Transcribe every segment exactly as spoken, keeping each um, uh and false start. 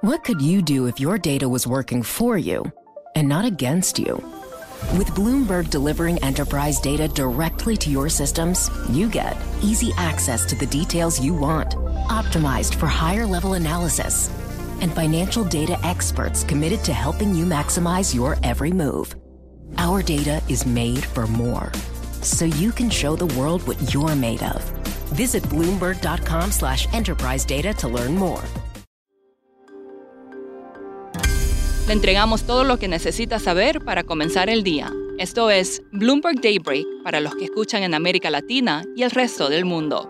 What could you do if your data was working for you and not against you? With Bloomberg delivering enterprise data directly to your systems, you get easy access to the details you want, optimized for higher-level analysis, and financial data experts committed to helping you maximize your every move. Our data is made for more, so you can show the world what you're made of. Visit Bloomberg.com slash enterprise data to learn more. Le entregamos todo lo que necesita saber para comenzar el día. Esto es Bloomberg Daybreak para los que escuchan en América Latina y el resto del mundo.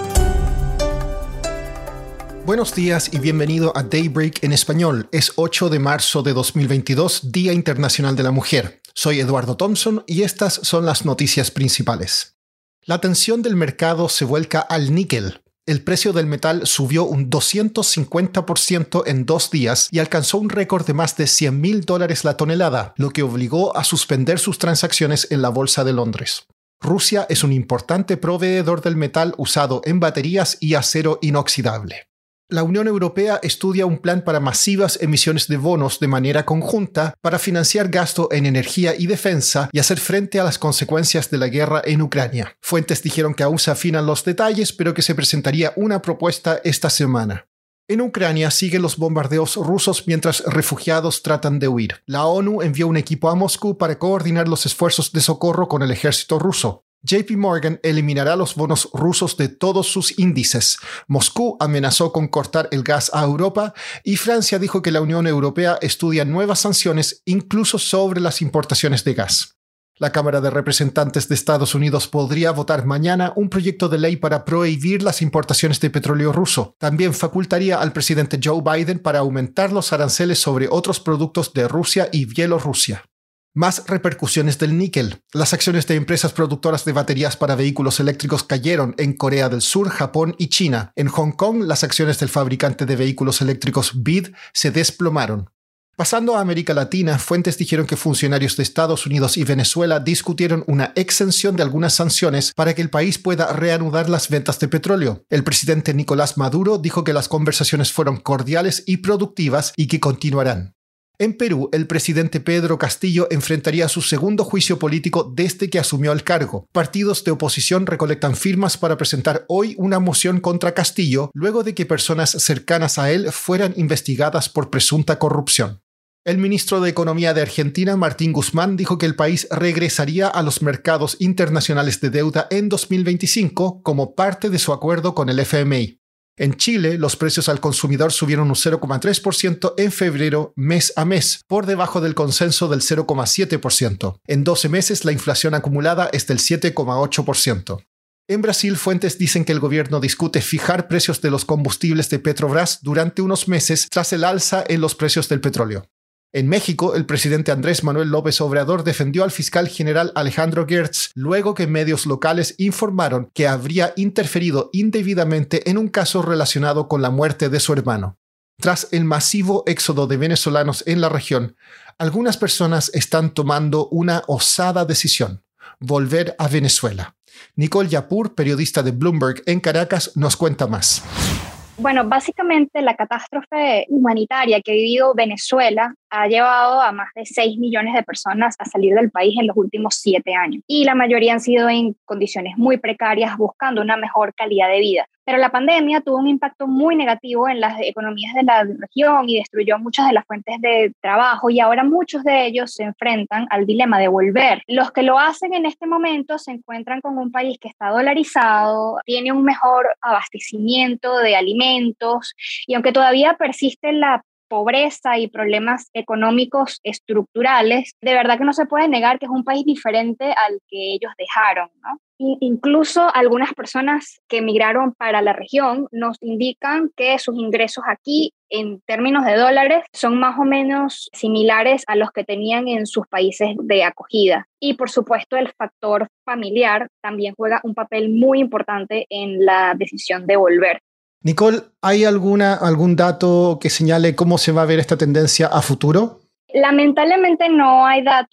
Buenos días y bienvenido a Daybreak en español. Es ocho de marzo de dos mil veintidós, Día Internacional de la Mujer. Soy Eduardo Thompson y estas son las noticias principales. La atención del mercado se vuelca al níquel. El precio del metal subió un doscientos cincuenta por ciento en dos días y alcanzó un récord de más de cien mil dólares la tonelada, lo que obligó a suspender sus transacciones en la Bolsa de Londres. Rusia es un importante proveedor del metal usado en baterías y acero inoxidable. La Unión Europea estudia un plan para masivas emisiones de bonos de manera conjunta para financiar gasto en energía y defensa y hacer frente a las consecuencias de la guerra en Ucrania. Fuentes dijeron que aún se afinan los detalles, pero que se presentaría una propuesta esta semana. En Ucrania siguen los bombardeos rusos mientras refugiados tratan de huir. La ONU envió un equipo a Moscú para coordinar los esfuerzos de socorro con el ejército ruso. J P Morgan eliminará los bonos rusos de todos sus índices. Moscú amenazó con cortar el gas a Europa y Francia dijo que la Unión Europea estudia nuevas sanciones incluso sobre las importaciones de gas. La Cámara de Representantes de Estados Unidos podría votar mañana un proyecto de ley para prohibir las importaciones de petróleo ruso. También facultaría al presidente Joe Biden para aumentar los aranceles sobre otros productos de Rusia y Bielorrusia. Más repercusiones del níquel. Las acciones de empresas productoras de baterías para vehículos eléctricos cayeron en Corea del Sur, Japón y China. En Hong Kong, las acciones del fabricante de vehículos eléctricos B Y D se desplomaron. Pasando a América Latina, fuentes dijeron que funcionarios de Estados Unidos y Venezuela discutieron una exención de algunas sanciones para que el país pueda reanudar las ventas de petróleo. El presidente Nicolás Maduro dijo que las conversaciones fueron cordiales y productivas y que continuarán. En Perú, el presidente Pedro Castillo enfrentaría su segundo juicio político desde que asumió el cargo. Partidos de oposición recolectan firmas para presentar hoy una moción contra Castillo, luego de que personas cercanas a él fueran investigadas por presunta corrupción. El ministro de Economía de Argentina, Martín Guzmán, dijo que el país regresaría a los mercados internacionales de deuda en dos mil veinticinco como parte de su acuerdo con el F M I. En Chile, los precios al consumidor subieron un cero coma tres por ciento en febrero mes a mes, por debajo del consenso del cero coma siete por ciento. En doce meses, la inflación acumulada es del siete coma ocho por ciento. En Brasil, fuentes dicen que el gobierno discute fijar precios de los combustibles de Petrobras durante unos meses tras el alza en los precios del petróleo. En México, el presidente Andrés Manuel López Obrador defendió al fiscal general Alejandro Gertz luego que medios locales informaron que habría interferido indebidamente en un caso relacionado con la muerte de su hermano. Tras el masivo éxodo de venezolanos en la región, algunas personas están tomando una osada decisión: volver a Venezuela. Nicole Yapur, periodista de Bloomberg en Caracas, nos cuenta más. Bueno, básicamente la catástrofe humanitaria que ha vivido Venezuela ha llevado a más de seis millones de personas a salir del país en los últimos siete años. Y la mayoría han sido en condiciones muy precarias, buscando una mejor calidad de vida. Pero la pandemia tuvo un impacto muy negativo en las economías de la región y destruyó muchas de las fuentes de trabajo, y ahora muchos de ellos se enfrentan al dilema de volver. Los que lo hacen en este momento se encuentran con un país que está dolarizado, tiene un mejor abastecimiento de alimentos, y aunque todavía persiste la pobreza y problemas económicos estructurales, de verdad que no se puede negar que es un país diferente al que ellos dejaron, ¿no? Y incluso algunas personas que emigraron para la región nos indican que sus ingresos aquí, en términos de dólares, son más o menos similares a los que tenían en sus países de acogida. Y por supuesto, el factor familiar también juega un papel muy importante en la decisión de volver. Nicole, ¿hay alguna, algún dato que señale cómo se va a ver esta tendencia a futuro? Lamentablemente no hay datos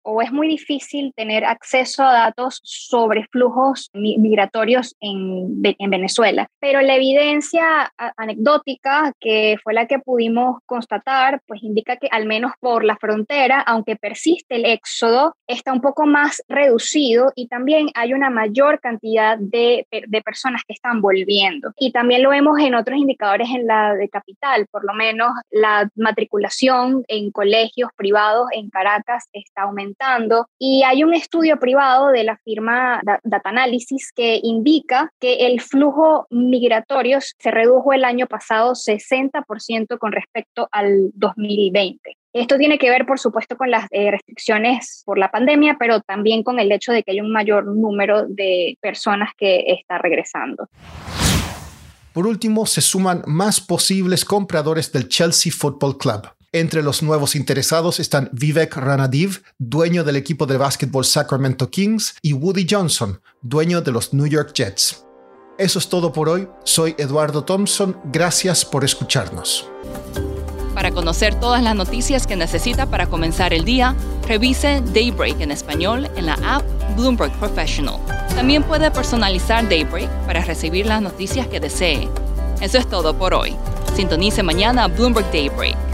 o es muy difícil tener acceso a datos sobre flujos migratorios en, en Venezuela. Pero la evidencia anecdótica, que fue la que pudimos constatar, pues indica que al menos por la frontera, aunque persiste el éxodo, está un poco más reducido y también hay una mayor cantidad de, de personas que están volviendo. Y también lo vemos en otros indicadores en la de capital, por lo menos la matriculación en colegios privados en Caracas está aumentando y hay un estudio privado de la firma Data Analysis que indica que el flujo migratorio se redujo el año pasado sesenta por ciento con respecto al dos mil veinte. Esto tiene que ver, por supuesto, con las eh, restricciones por la pandemia, pero también con el hecho de que hay un mayor número de personas que está regresando. Por último, se suman más posibles compradores del Chelsea Football Club. Entre los nuevos interesados están Vivek Ranadive, dueño del equipo de básquetbol Sacramento Kings, y Woody Johnson, dueño de los New York Jets. Eso es todo por hoy. Soy Eduardo Thompson. Gracias por escucharnos. Para conocer todas las noticias que necesita para comenzar el día, revise Daybreak en español en la app Bloomberg Professional. También puede personalizar Daybreak para recibir las noticias que desee. Eso es todo por hoy. Sintonice mañana Bloomberg Daybreak